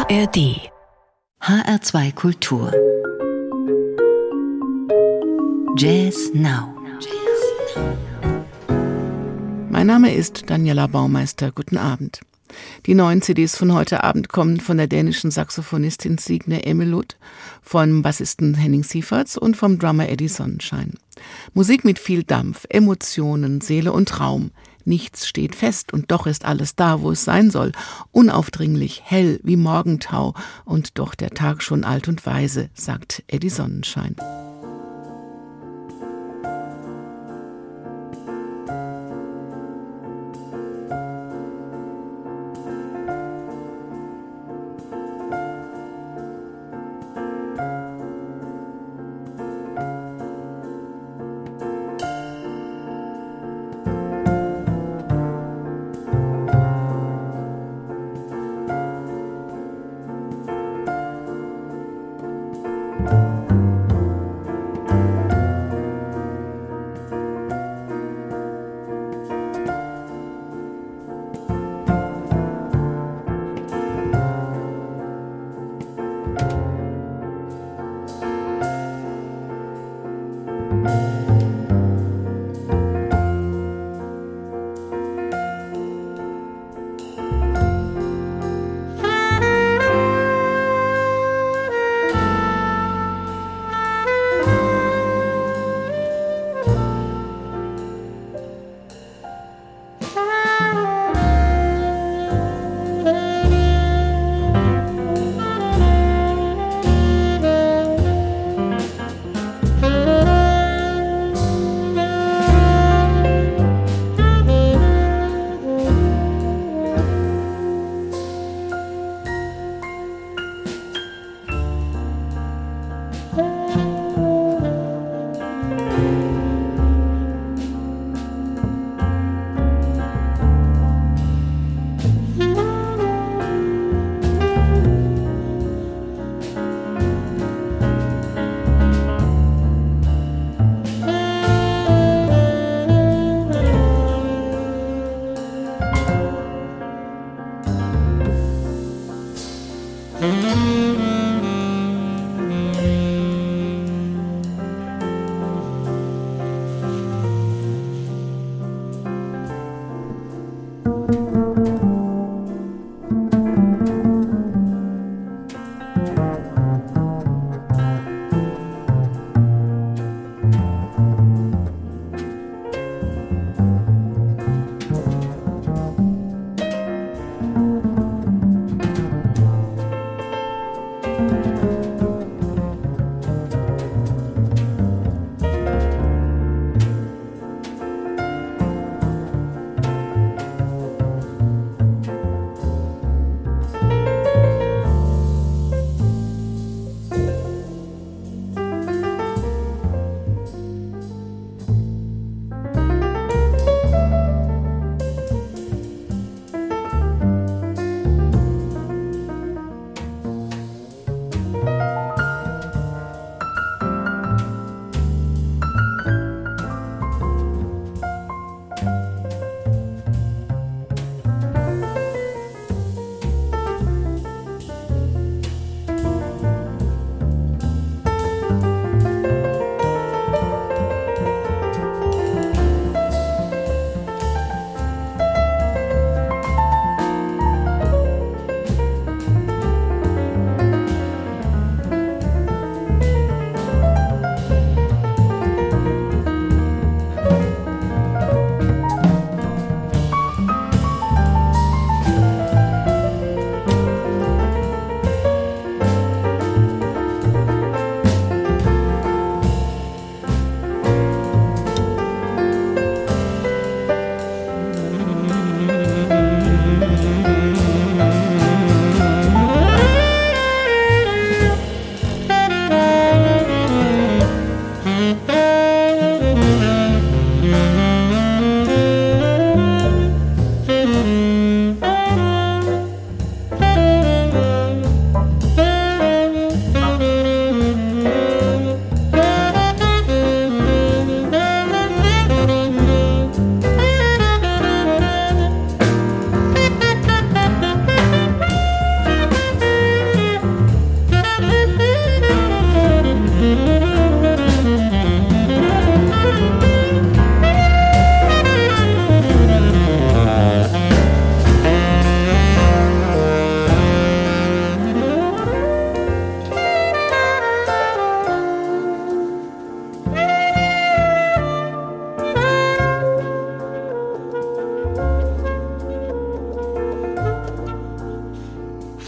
ARD HR2 Kultur Jazz Now. Mein Name ist Daniela Baumeister. Guten Abend. Die neuen CDs von heute Abend kommen von der dänischen Saxophonistin Signe Emmelut, vom Bassisten Henning Sieverts und vom Drummer Eddie Sonnenschein. Musik mit viel Dampf, Emotionen, Seele und Raum. Nichts steht fest und doch ist alles da, wo es sein soll. Unaufdringlich, hell wie Morgentau und doch der Tag schon alt und weise, sagt Eddie Sonnenschein.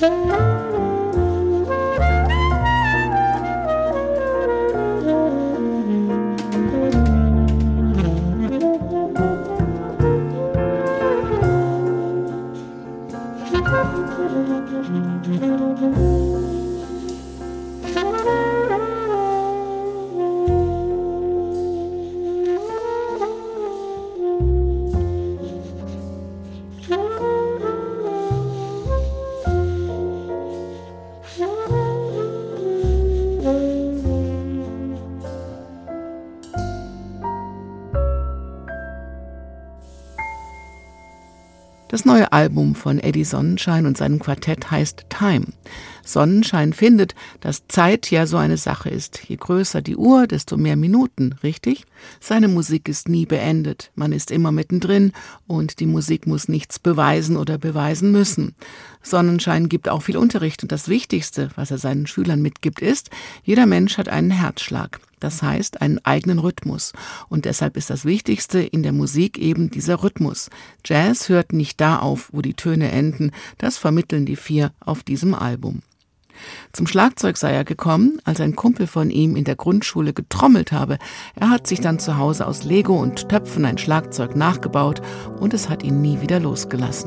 Das neue Album von Eddie Sonnenschein und seinem Quartett heißt Time. Sonnenschein findet, dass Zeit ja so eine Sache ist. Je größer die Uhr, desto mehr Minuten, richtig? Seine Musik ist nie beendet. Man ist immer mittendrin und die Musik muss nichts beweisen oder beweisen müssen. Sonnenschein gibt auch viel Unterricht und das Wichtigste, was er seinen Schülern mitgibt, ist, jeder Mensch hat einen Herzschlag. Das heißt, einen eigenen Rhythmus. Und deshalb ist das Wichtigste in der Musik eben dieser Rhythmus. Jazz hört nicht da auf, wo die Töne enden. Das vermitteln die 4 auf diesem Album. Zum Schlagzeug sei er gekommen, als ein Kumpel von ihm in der Grundschule getrommelt habe. Er hat sich dann zu Hause aus Lego und Töpfen ein Schlagzeug nachgebaut und es hat ihn nie wieder losgelassen.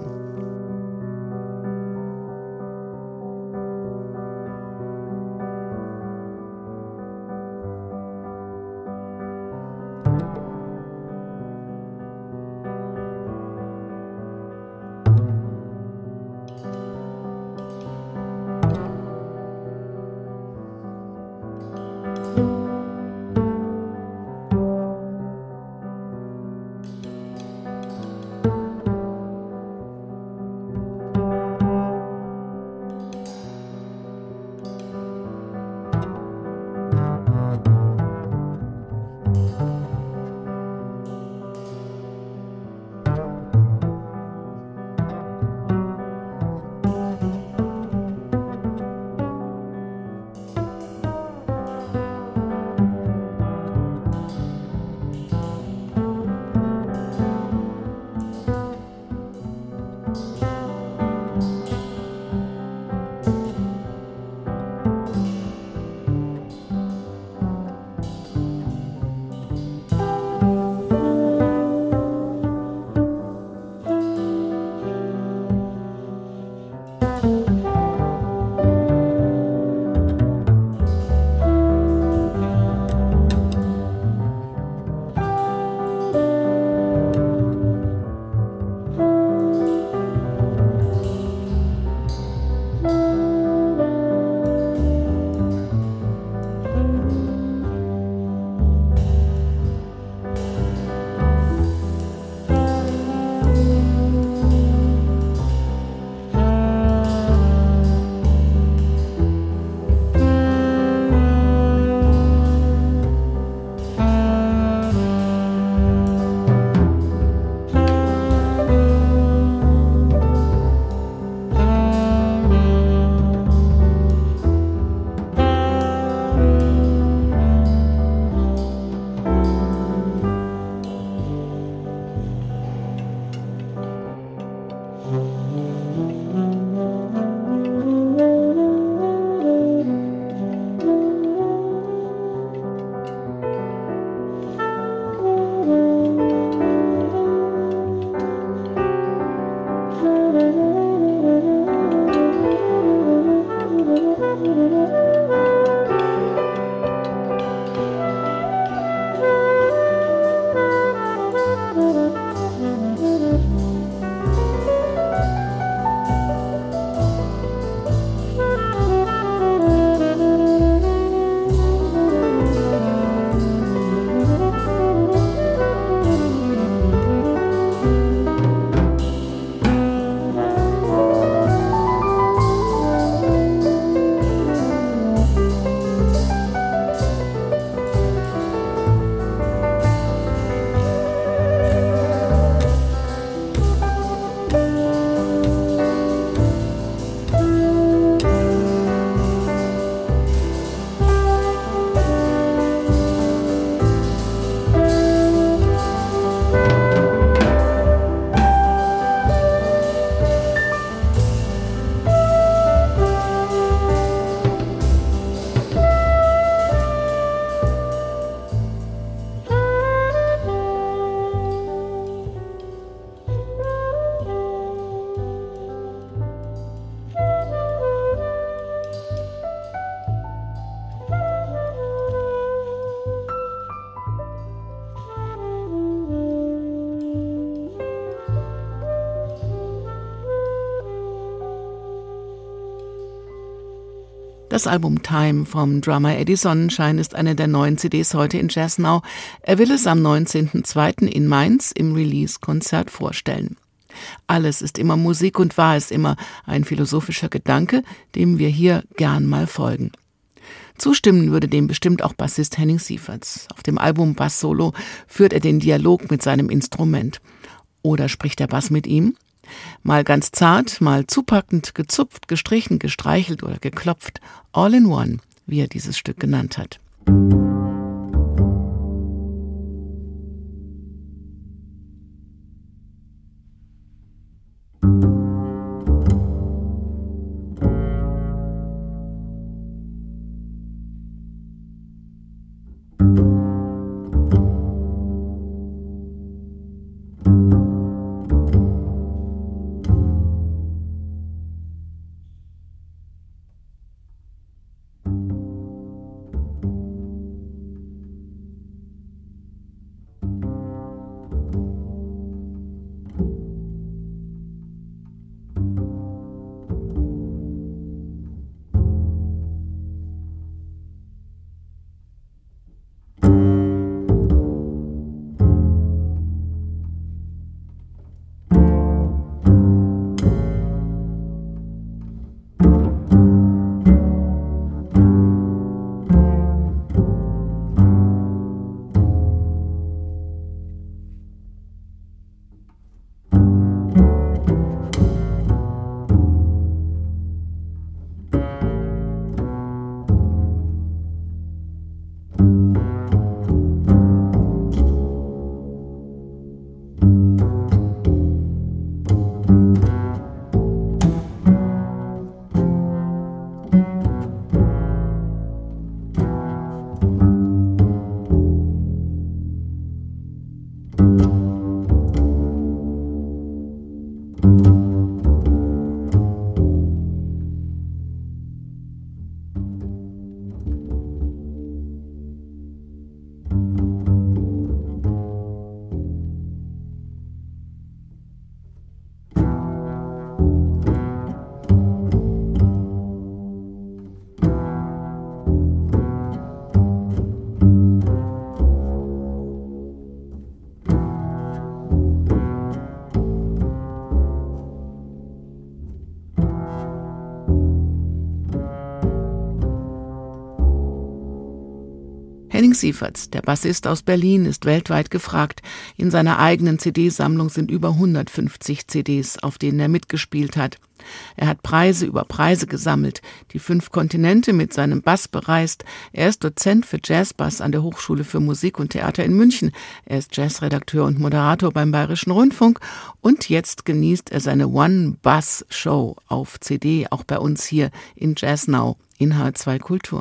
Das Album Time vom Drummer Eddie Sonnenschein ist eine der neuen CDs heute in Jazz Now. Er will es am 19.02. in Mainz im Release-Konzert vorstellen. Alles ist immer Musik und war es immer, ein philosophischer Gedanke, dem wir hier gern mal folgen. Zustimmen würde dem bestimmt auch Bassist Henning Sieverts. Auf dem Album Bass Solo führt er den Dialog mit seinem Instrument. Oder spricht der Bass mit ihm? Mal ganz zart, mal zupackend, gezupft, gestrichen, gestreichelt oder geklopft. All in one, wie er dieses Stück genannt hat. Henning Sieverts, der Bassist aus Berlin, ist weltweit gefragt. In seiner eigenen CD-Sammlung sind über 150 CDs, auf denen er mitgespielt hat. Er hat Preise über Preise gesammelt, die 5 Kontinente mit seinem Bass bereist. Er ist Dozent für Jazzbass an der Hochschule für Musik und Theater in München. Er ist Jazzredakteur und Moderator beim Bayerischen Rundfunk. Und jetzt genießt er seine One-Bass-Show auf CD, auch bei uns hier in Jazz Now in H2 Kultur.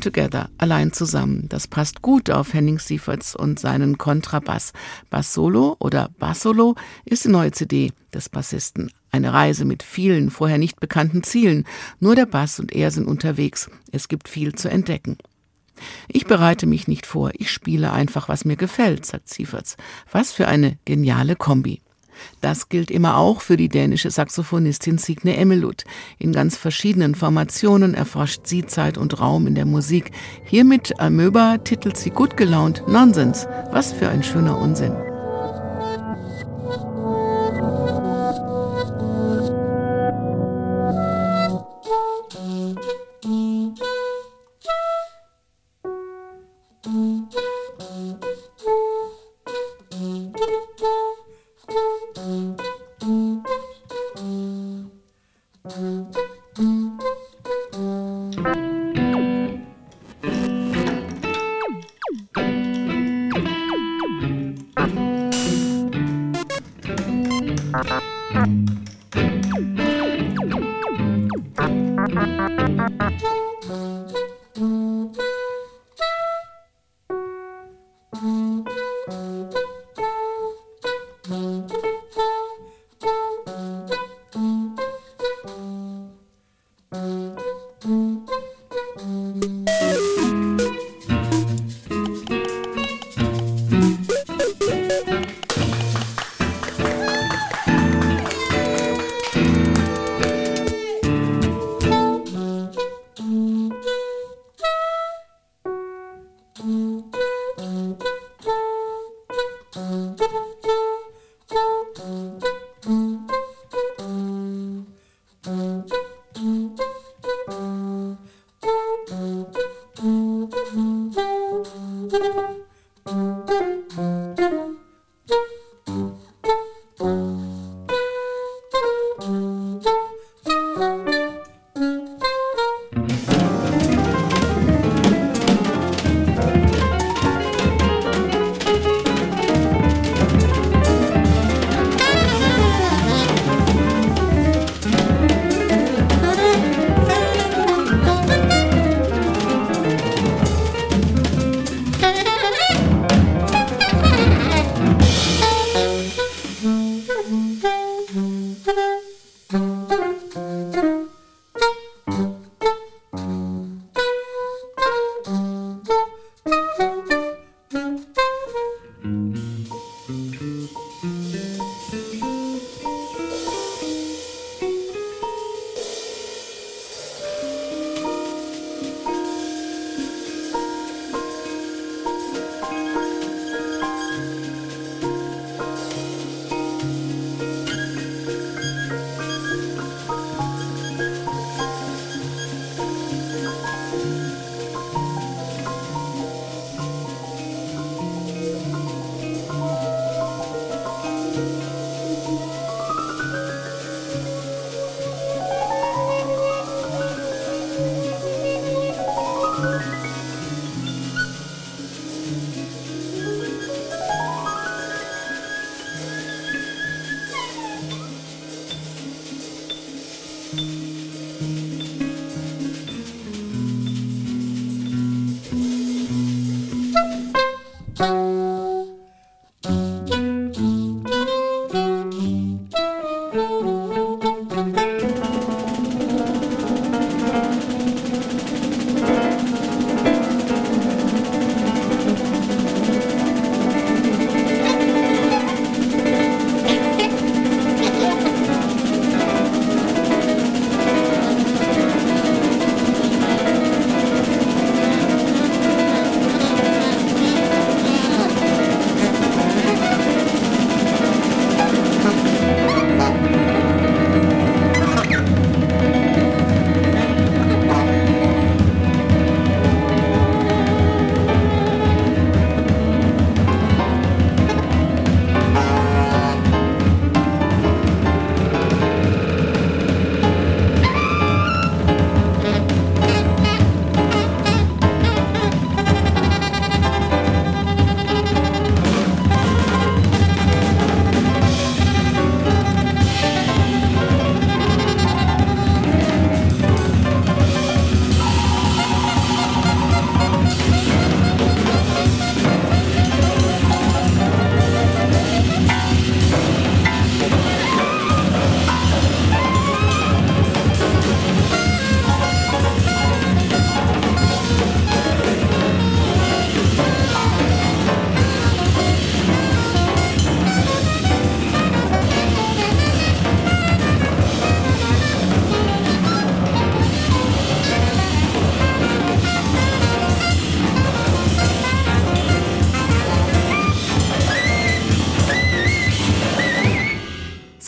Alone Together, allein zusammen. Das passt gut auf Henning Seiferts und seinen Kontrabass. Bass Solo oder Bassolo ist die neue CD des Bassisten. Eine Reise mit vielen vorher nicht bekannten Zielen. Nur der Bass und er sind unterwegs. Es gibt viel zu entdecken. Ich bereite mich nicht vor, ich spiele einfach, was mir gefällt, sagt Seiferts. Was für eine geniale Kombi. Das gilt immer auch für die dänische Saxophonistin Signe Emmelut. In ganz verschiedenen Formationen erforscht sie Zeit und Raum in der Musik. Hier mit Amöba titelt sie gut gelaunt Nonsens. Was für ein schöner Unsinn.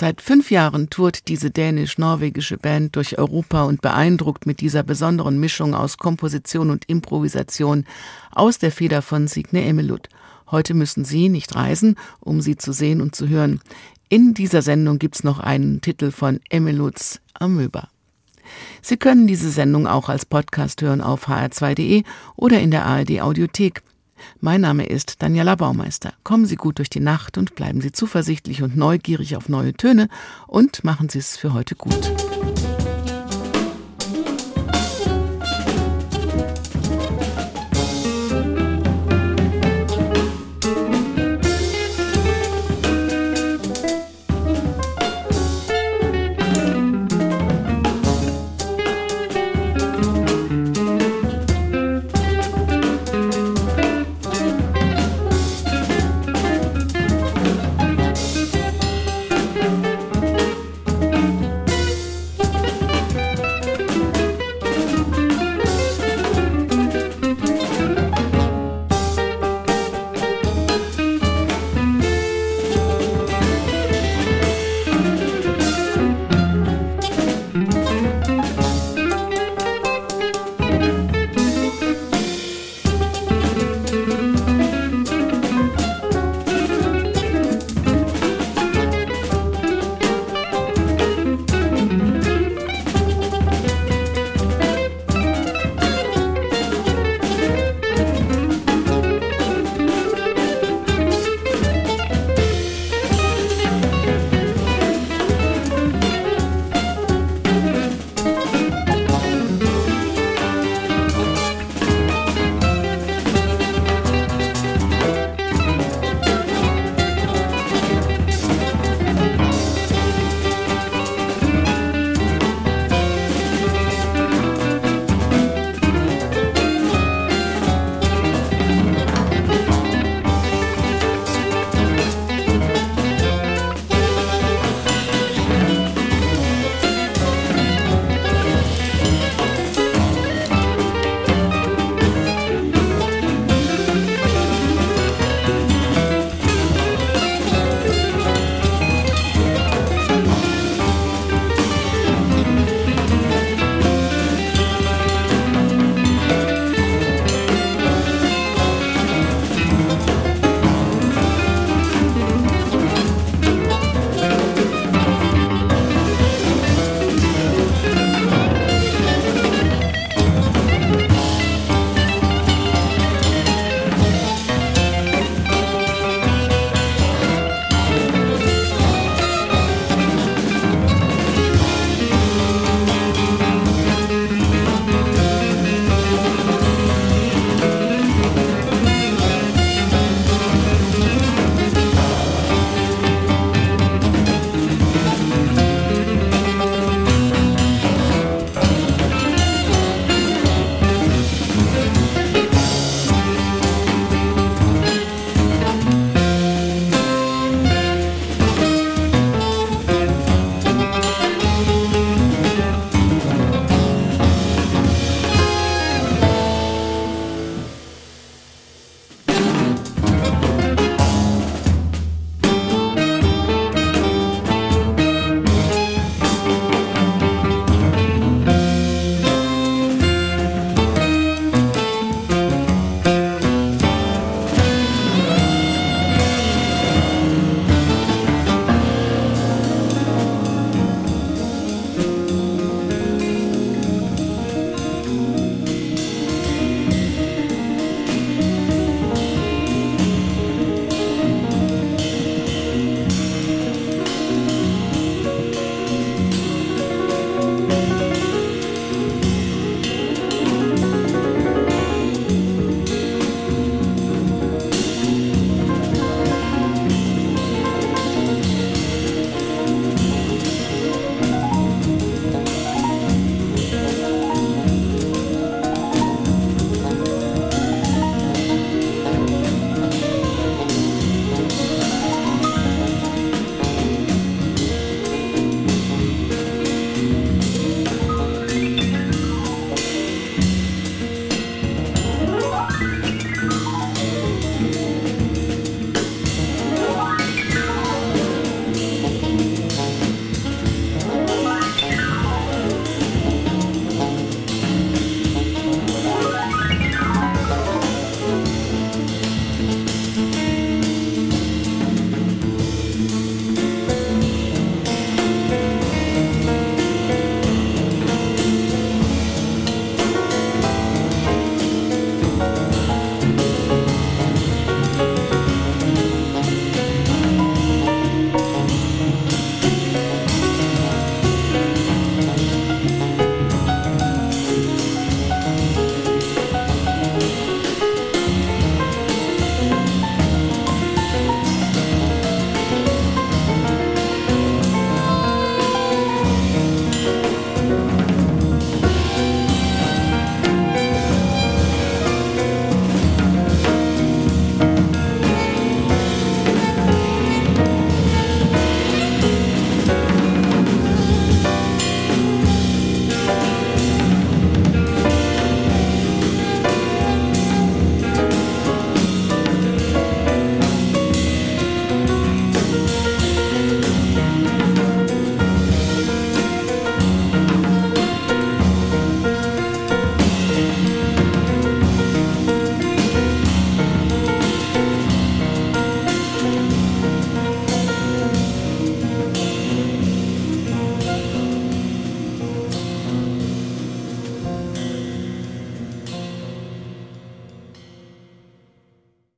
Seit 5 Jahren tourt diese dänisch-norwegische Band durch Europa und beeindruckt mit dieser besonderen Mischung aus Komposition und Improvisation aus der Feder von Signe Emmelud. Heute müssen Sie nicht reisen, um sie zu sehen und zu hören. In dieser Sendung gibt's noch einen Titel von Emmeluds Amöba. Sie können diese Sendung auch als Podcast hören auf hr2.de oder in der ARD-Audiothek. Mein Name ist Daniela Baumeister. Kommen Sie gut durch die Nacht und bleiben Sie zuversichtlich und neugierig auf neue Töne und machen Sie es für heute gut.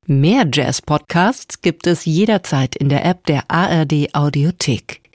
Mehr Jazz-Podcasts gibt es jederzeit in der App der ARD Audiothek.